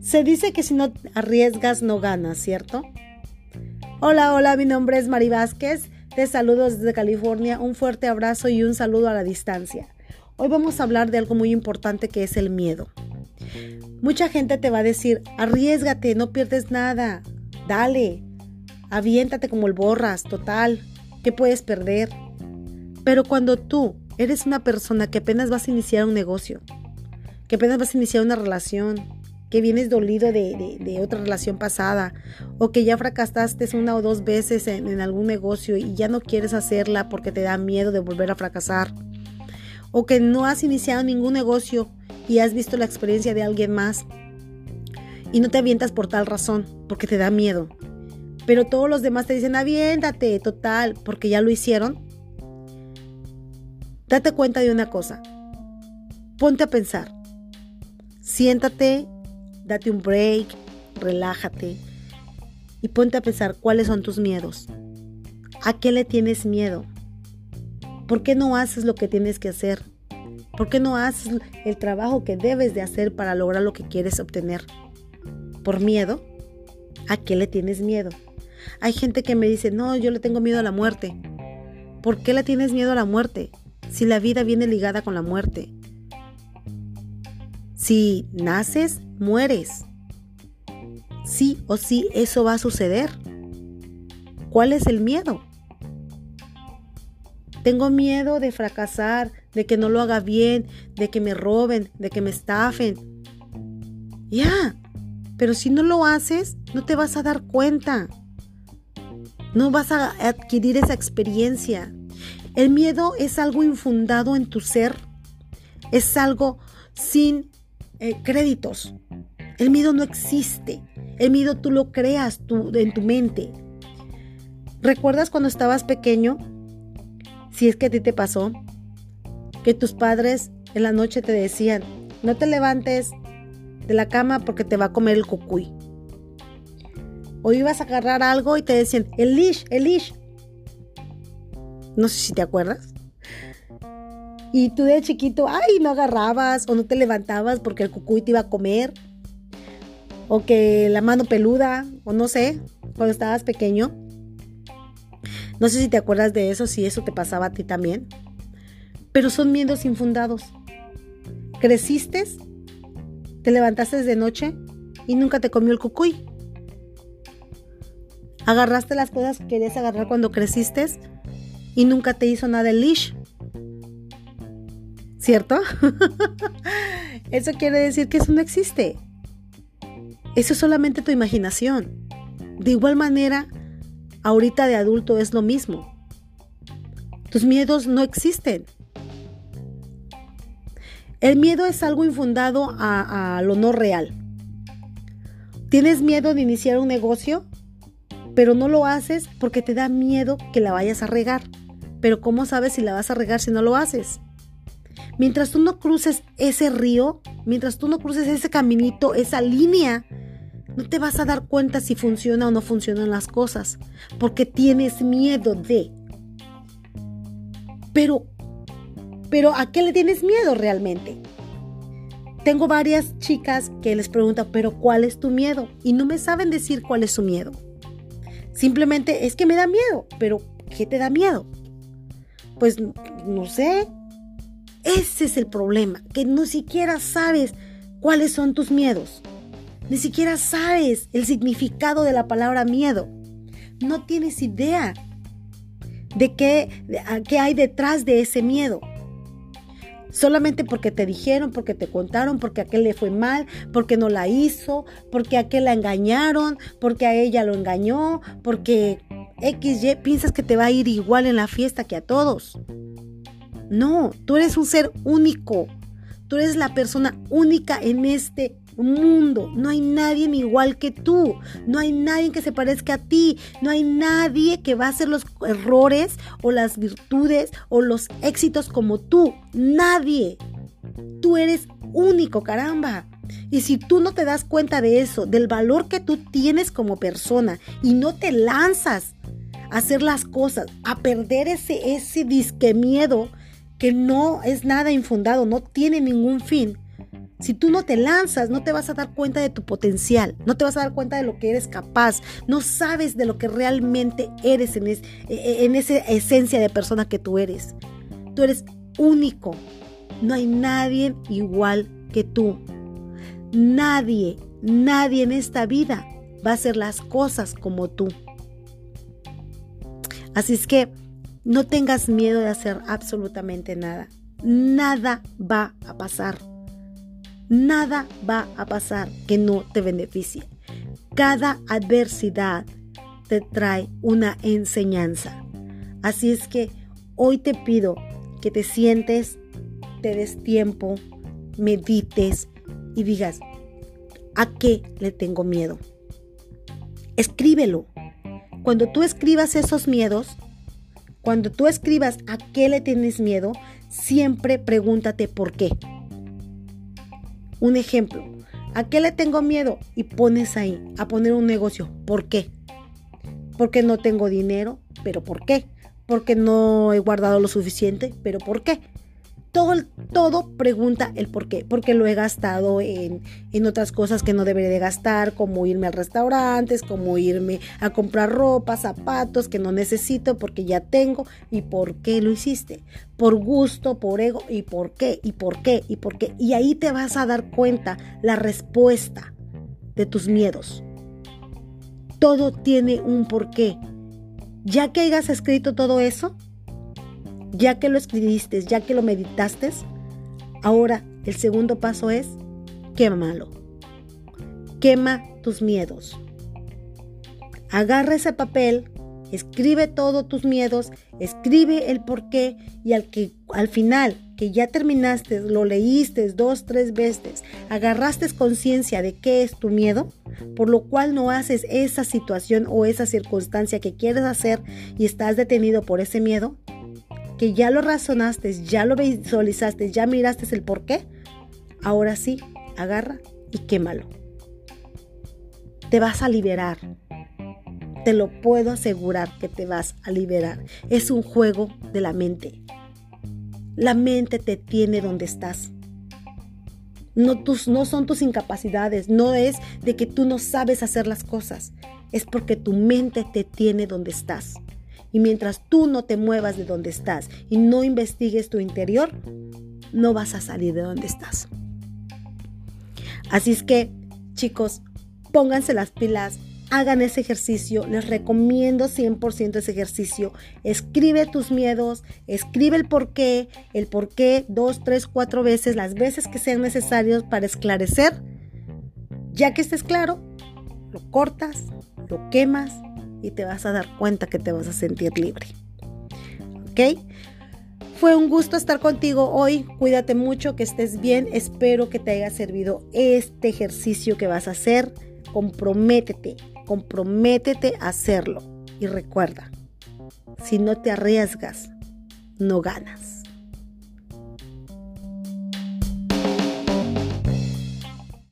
Se dice que si no arriesgas no ganas, ¿cierto? Hola, mi nombre es Mari Vázquez. Te saludo desde California. Un fuerte abrazo y un saludo a la distancia. Hoy vamos a hablar de algo muy importante que es el miedo. Mucha gente te va a decir, arriésgate, no pierdes nada. Dale, aviéntate como el borras, total, ¿qué puedes perder? Pero cuando tú eres una persona que apenas vas a iniciar un negocio, que apenas vas a iniciar una relación, que vienes dolido de otra relación pasada, o que ya fracasaste una o dos veces en algún negocio y ya no quieres hacerla porque te da miedo de volver a fracasar, o que no has iniciado ningún negocio y has visto la experiencia de alguien más y no te avientas por tal razón, porque te da miedo, pero todos los demás te dicen aviéntate, total, porque ya lo hicieron. Date cuenta de una cosa, ponte a pensar, siéntate, date un break, relájate y ponte a pensar cuáles son tus miedos. ¿A qué le tienes miedo? ¿Por qué no haces lo que tienes que hacer? ¿Por qué no haces el trabajo que debes de hacer para lograr lo que quieres obtener? ¿Por miedo? ¿A qué le tienes miedo? Hay gente que me dice, no, yo le tengo miedo a la muerte. ¿Por qué le tienes miedo a la muerte? Si la vida viene ligada con la muerte. Si naces, mueres. Sí o sí, eso va a suceder. ¿Cuál es el miedo? Tengo miedo de fracasar, de que no lo haga bien, de que me roben, de que me estafen. Ya, pero si no lo haces, no te vas a dar cuenta. No vas a adquirir esa experiencia. El miedo es algo infundado en tu ser. Es algo sin créditos. El miedo no existe. El miedo tú lo creas en tu mente. ¿Recuerdas cuando estabas pequeño? Si es que a ti te pasó, que tus padres en la noche te decían, no te levantes de la cama porque te va a comer el cucuy. O ibas a agarrar algo y te decían, el leash. No sé si te acuerdas. Y tú de chiquito, no agarrabas o no te levantabas porque el cucuy te iba a comer. O que la mano peluda, o no sé, cuando estabas pequeño. No sé si te acuerdas de eso, si eso te pasaba a ti también. Pero son miedos infundados. Creciste, te levantaste de noche y nunca te comió el cucuy. Agarraste las cosas que querías agarrar cuando creciste y nunca te hizo nada el leash. ¿Cierto? Eso quiere decir que eso no existe. Eso es solamente tu imaginación. De igual manera, ahorita de adulto es lo mismo. Tus miedos no existen. El miedo es algo infundado a lo no real. ¿Tienes miedo de iniciar un negocio? Pero no lo haces porque te da miedo que la vayas a regar. Pero ¿cómo sabes si la vas a regar si no lo haces? Mientras tú no cruces ese río, mientras tú no cruces ese caminito, esa línea, no te vas a dar cuenta si funciona o no funcionan las cosas, porque tienes miedo de. Pero ¿a qué le tienes miedo realmente? Tengo varias chicas que les preguntan, ¿pero cuál es tu miedo? Y no me saben decir cuál es su miedo. Simplemente es que me da miedo, pero ¿qué te da miedo? Pues no sé. Ese es el problema, que no siquiera sabes cuáles son tus miedos. Ni siquiera sabes el significado de la palabra miedo. No tienes idea de qué hay detrás de ese miedo. Solamente porque te dijeron, porque te contaron, porque a aquel le fue mal, porque no la hizo, porque a aquel la engañaron, porque a ella lo engañó, porque XY piensas que te va a ir igual en la fiesta que a todos. No, tú eres un ser único. Tú eres la persona única en este mundo. No hay nadie igual que tú. No hay nadie que se parezca a ti. No hay nadie que va a hacer los errores o las virtudes o los éxitos como tú. Nadie. Tú eres único, caramba. Y si tú no te das cuenta de eso, del valor que tú tienes como persona y no te lanzas a hacer las cosas, a perder ese disque miedo que no es nada infundado, no tiene ningún fin, Si tú no te lanzas, no te vas a dar cuenta de tu potencial, no te vas a dar cuenta de lo que eres capaz, no sabes de lo que realmente eres en esa esencia de persona que tú eres. Tú eres único, no hay nadie igual que tú. Nadie en esta vida va a hacer las cosas como tú. Así es que no tengas miedo de hacer absolutamente nada. Nada va a pasar. Nada va a pasar que no te beneficie. Cada adversidad te trae una enseñanza. Así es que hoy te pido que te sientes, te des tiempo, medites y digas, ¿a qué le tengo miedo? Escríbelo. Cuando tú escribas esos miedos, cuando tú escribas a qué le tienes miedo, siempre pregúntate por qué. Un ejemplo, ¿a qué le tengo miedo? Y pones ahí, a poner un negocio. ¿Por qué? Porque no tengo dinero, pero ¿por qué? Porque no he guardado lo suficiente, pero ¿por qué? Todo pregunta el por qué. Porque lo he gastado en otras cosas que no debería de gastar, como irme a restaurantes, como irme a comprar ropa, zapatos que no necesito porque ya tengo. ¿Y por qué lo hiciste? Por gusto, por ego, ¿y por qué? ¿Y por qué? ¿Y por qué? Y ahí te vas a dar cuenta la respuesta de tus miedos. Todo tiene un porqué. Ya que hayas escrito todo eso, ya que lo escribiste, ya que lo meditaste, ahora el segundo paso es quémalo. Quema tus miedos. Agarra ese papel, escribe todos tus miedos, escribe el porqué y al final que ya terminaste, lo leíste 2, 3 veces, agarraste conciencia de qué es tu miedo, por lo cual no haces esa situación o esa circunstancia que quieres hacer y estás detenido por ese miedo, que ya lo razonaste, ya lo visualizaste, ya miraste el porqué, ahora sí, agarra y quémalo. Te vas a liberar. Te lo puedo asegurar que te vas a liberar. Es un juego de la mente. La mente te tiene donde estás. No son tus incapacidades, no es de que tú no sabes hacer las cosas. Es porque tu mente te tiene donde estás. Y mientras tú no te muevas de donde estás y no investigues tu interior, no vas a salir de donde estás. Así es que, chicos, pónganse las pilas, hagan ese ejercicio. Les recomiendo 100% ese ejercicio. Escribe tus miedos, escribe el porqué 2, 3, 4 veces, las veces que sean necesarios para esclarecer. Ya que estés claro, lo cortas, lo quemas y te vas a dar cuenta que te vas a sentir libre. ¿Ok? Fue un gusto estar contigo hoy. Cuídate mucho, que estés bien. Espero que te haya servido este ejercicio que vas a hacer. Comprométete a hacerlo. Y recuerda, si no te arriesgas, no ganas.